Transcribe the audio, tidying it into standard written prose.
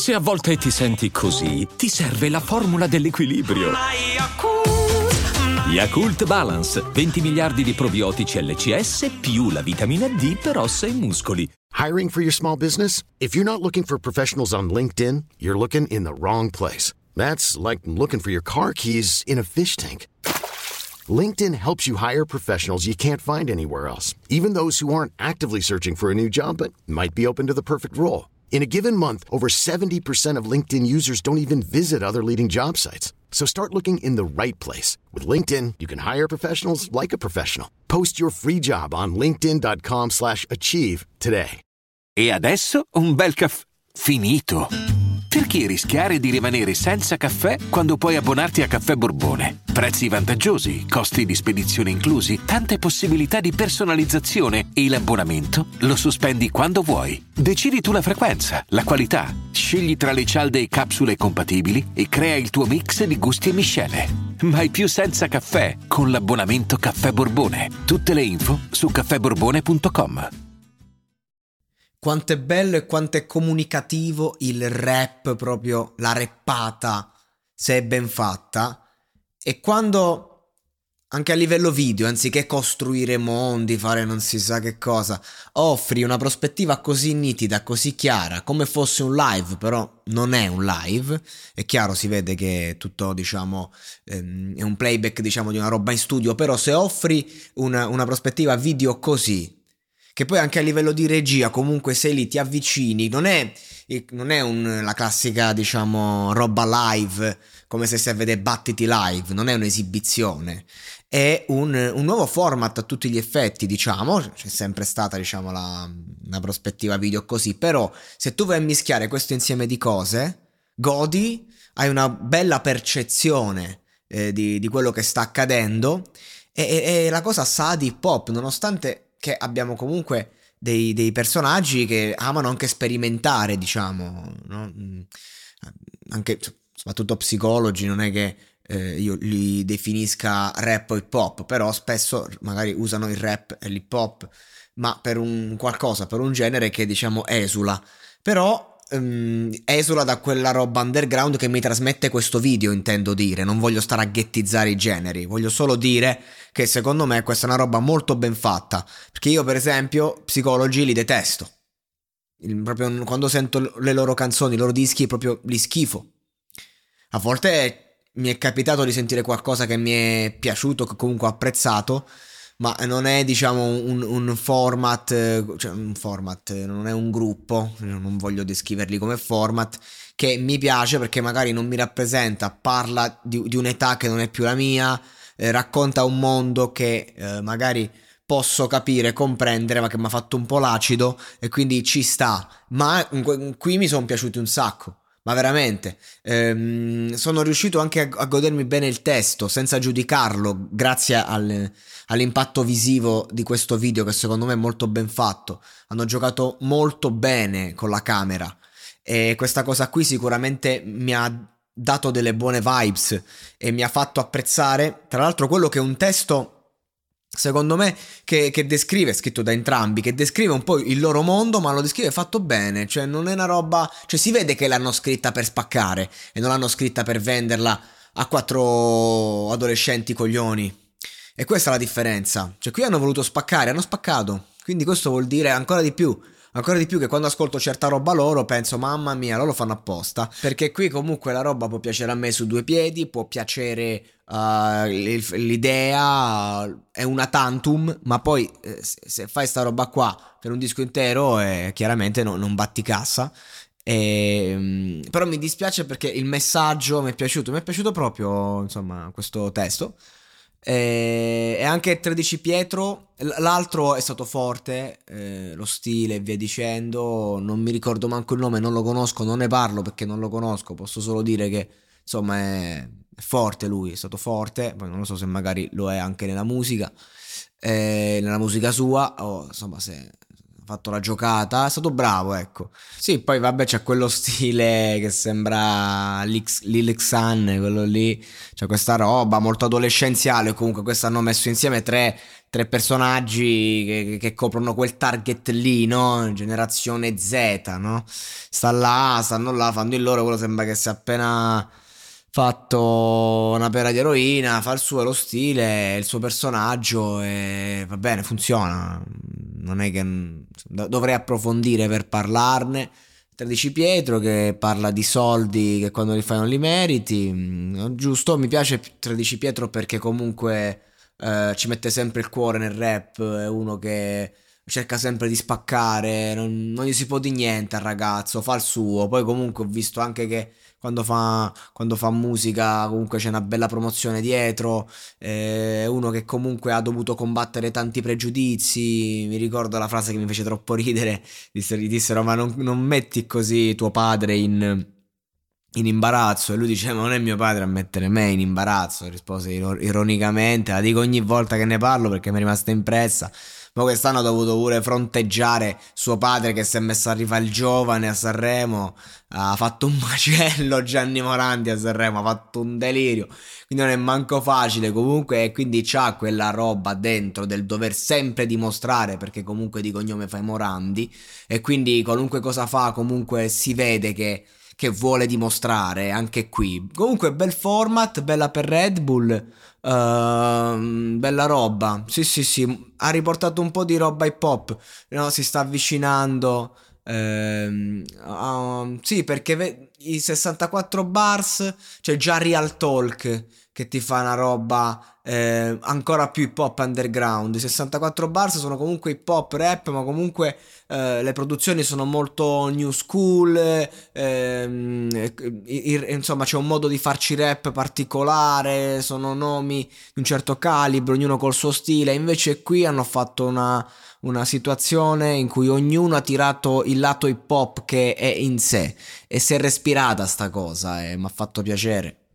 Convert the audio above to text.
Se a volte ti senti così, ti serve la formula dell'equilibrio. Yakult Balance, 20 miliardi di probiotici LCS più la vitamina D per ossa e muscoli. Hiring for your small business? If you're not looking for professionals on LinkedIn, you're looking in the wrong place. That's like looking for your car keys in a fish tank. LinkedIn helps you hire professionals you can't find anywhere else, even those who aren't actively searching for a new job but might be open to the perfect role. In a given month, over 70% of LinkedIn users don't even visit other leading job sites. So start looking in the right place. With LinkedIn, you can hire professionals like a professional. Post your free job on linkedin.com/achieve today. E adesso un bel caffè finito. Perché rischiare di rimanere senza caffè quando puoi abbonarti a Caffè Borbone? Prezzi vantaggiosi, costi di spedizione inclusi, tante possibilità di personalizzazione e l'abbonamento lo sospendi quando vuoi. Decidi tu la frequenza, la qualità, scegli tra le cialde e capsule compatibili e crea il tuo mix di gusti e miscele. Mai più senza caffè con l'abbonamento Caffè Borbone. Tutte le info su caffèborbone.com. Quanto è bello e quanto è comunicativo il rap, proprio la rappata, se è ben fatta. E quando, anche a livello video, anziché costruire mondi, fare non si sa che cosa, offri una prospettiva così nitida, così chiara, come fosse un live, però non è un live. È chiaro, si vede che è tutto, diciamo, è un playback, diciamo, di una roba in studio, però se offri una prospettiva video così, che poi anche a livello di regia comunque sei lì, ti avvicini, non è la classica, diciamo, roba live, come se stai a vedere Battiti live, non è un'esibizione, è un nuovo format a tutti gli effetti, diciamo, c'è sempre stata, diciamo, una prospettiva video così, però se tu vai a mischiare questo insieme di cose, godi, hai una bella percezione di quello che sta accadendo e la cosa sa di hip hop, nonostante che abbiamo comunque dei personaggi che amano anche sperimentare, diciamo, no? Anche soprattutto psicologi, non è che io li definisca rap o hip hop, però spesso magari usano il rap e l'hip hop, ma per un qualcosa, per un genere che, diciamo, esula, però esula da quella roba underground che mi trasmette questo video, intendo dire. Non voglio stare a ghettizzare i generi, voglio solo dire che secondo me questa è una roba molto ben fatta, perché io per esempio psicologi li detesto, proprio quando sento le loro canzoni, i loro dischi, proprio li schifo. A volte mi è capitato di sentire qualcosa che mi è piaciuto, che comunque ho apprezzato, ma non è, diciamo, un format, cioè un format, non è un gruppo, non voglio descriverli come format, che mi piace perché magari non mi rappresenta, parla di un'età che non è più la mia, racconta un mondo che magari posso capire, comprendere, ma che mi ha fatto un po' l'acido e quindi ci sta, ma qui mi sono piaciuti un sacco. Ma veramente, sono riuscito anche a godermi bene il testo senza giudicarlo, grazie all'impatto visivo di questo video, che secondo me è molto ben fatto. Hanno giocato molto bene con la camera e questa cosa qui sicuramente mi ha dato delle buone vibes e mi ha fatto apprezzare, tra l'altro, quello che è un testo, secondo me, che descrive, scritto da entrambi, che descrive un po' il loro mondo, ma lo descrive fatto bene, cioè non è una roba, cioè si vede che l'hanno scritta per spaccare e non l'hanno scritta per venderla a 4 adolescenti coglioni. E questa è la differenza, cioè qui hanno voluto spaccare, hanno spaccato, quindi questo vuol dire ancora di più che quando ascolto certa roba loro penso, mamma mia, loro lo fanno apposta, perché qui comunque la roba può piacere a me su due piedi, può piacere l'idea, è una tantum, ma poi se fai sta roba qua per un disco intero chiaramente non batti cassa. Però mi dispiace perché il messaggio mi è piaciuto proprio, insomma, questo testo. E anche 13 Pietro, l'altro è stato forte, lo stile e via dicendo, non mi ricordo manco il nome, non lo conosco, non ne parlo perché non lo conosco, posso solo dire che insomma è forte lui, è stato forte, poi non lo so se magari lo è anche nella musica sua, o insomma se fatto la giocata, è stato bravo, ecco. Sì, poi vabbè c'è quello stile che sembra Lil Xan, quello lì, c'è questa roba molto adolescenziale, comunque questo hanno messo insieme tre personaggi che coprono quel target lì, no? Generazione Z, no? Stanno là, fanno il loro, quello sembra che sia appena fatto una pera di eroina, fa il suo, lo stile, il suo personaggio e va bene, funziona. Non è che dovrei approfondire per parlarne. 13 Pietro che parla di soldi che quando li fai non li meriti. Giusto, mi piace 13 Pietro perché comunque ci mette sempre il cuore nel rap, è uno che cerca sempre di spaccare, non gli si può di niente al ragazzo, fa il suo. Poi comunque ho visto anche che quando fa musica comunque c'è una bella promozione dietro, è uno che comunque ha dovuto combattere tanti pregiudizi. Mi ricordo la frase che mi fece troppo ridere, gli dissero ma non metti così tuo padre in imbarazzo, e lui dice ma non è mio padre a mettere me in imbarazzo, rispose ironicamente, la dico ogni volta che ne parlo perché mi è rimasta impressa. Ma quest'anno ha dovuto pure fronteggiare suo padre che si è messo a rifare il giovane a Sanremo, ha fatto un macello Gianni Morandi a Sanremo, ha fatto un delirio, quindi non è manco facile comunque, e quindi c'ha quella roba dentro del dover sempre dimostrare, perché comunque di cognome fai Morandi, e quindi qualunque cosa fa comunque si vede che vuole dimostrare anche qui. Comunque bel format, bella per Red Bull, bella roba. Sì, sì, sì, ha riportato un po' di roba hip hop, no? Si sta avvicinando. Sì, perché i 64 bars, c'è già Real Talk che ti fa una roba ancora più hip hop underground. I 64 bars sono comunque hip hop rap, ma comunque le produzioni sono molto new school, insomma c'è un modo di farci rap particolare, sono nomi di un certo calibro, ognuno col suo stile. Invece qui hanno fatto una situazione in cui ognuno ha tirato il lato hip hop che è in sé, e si è respirata sta cosa e mi ha fatto piacere.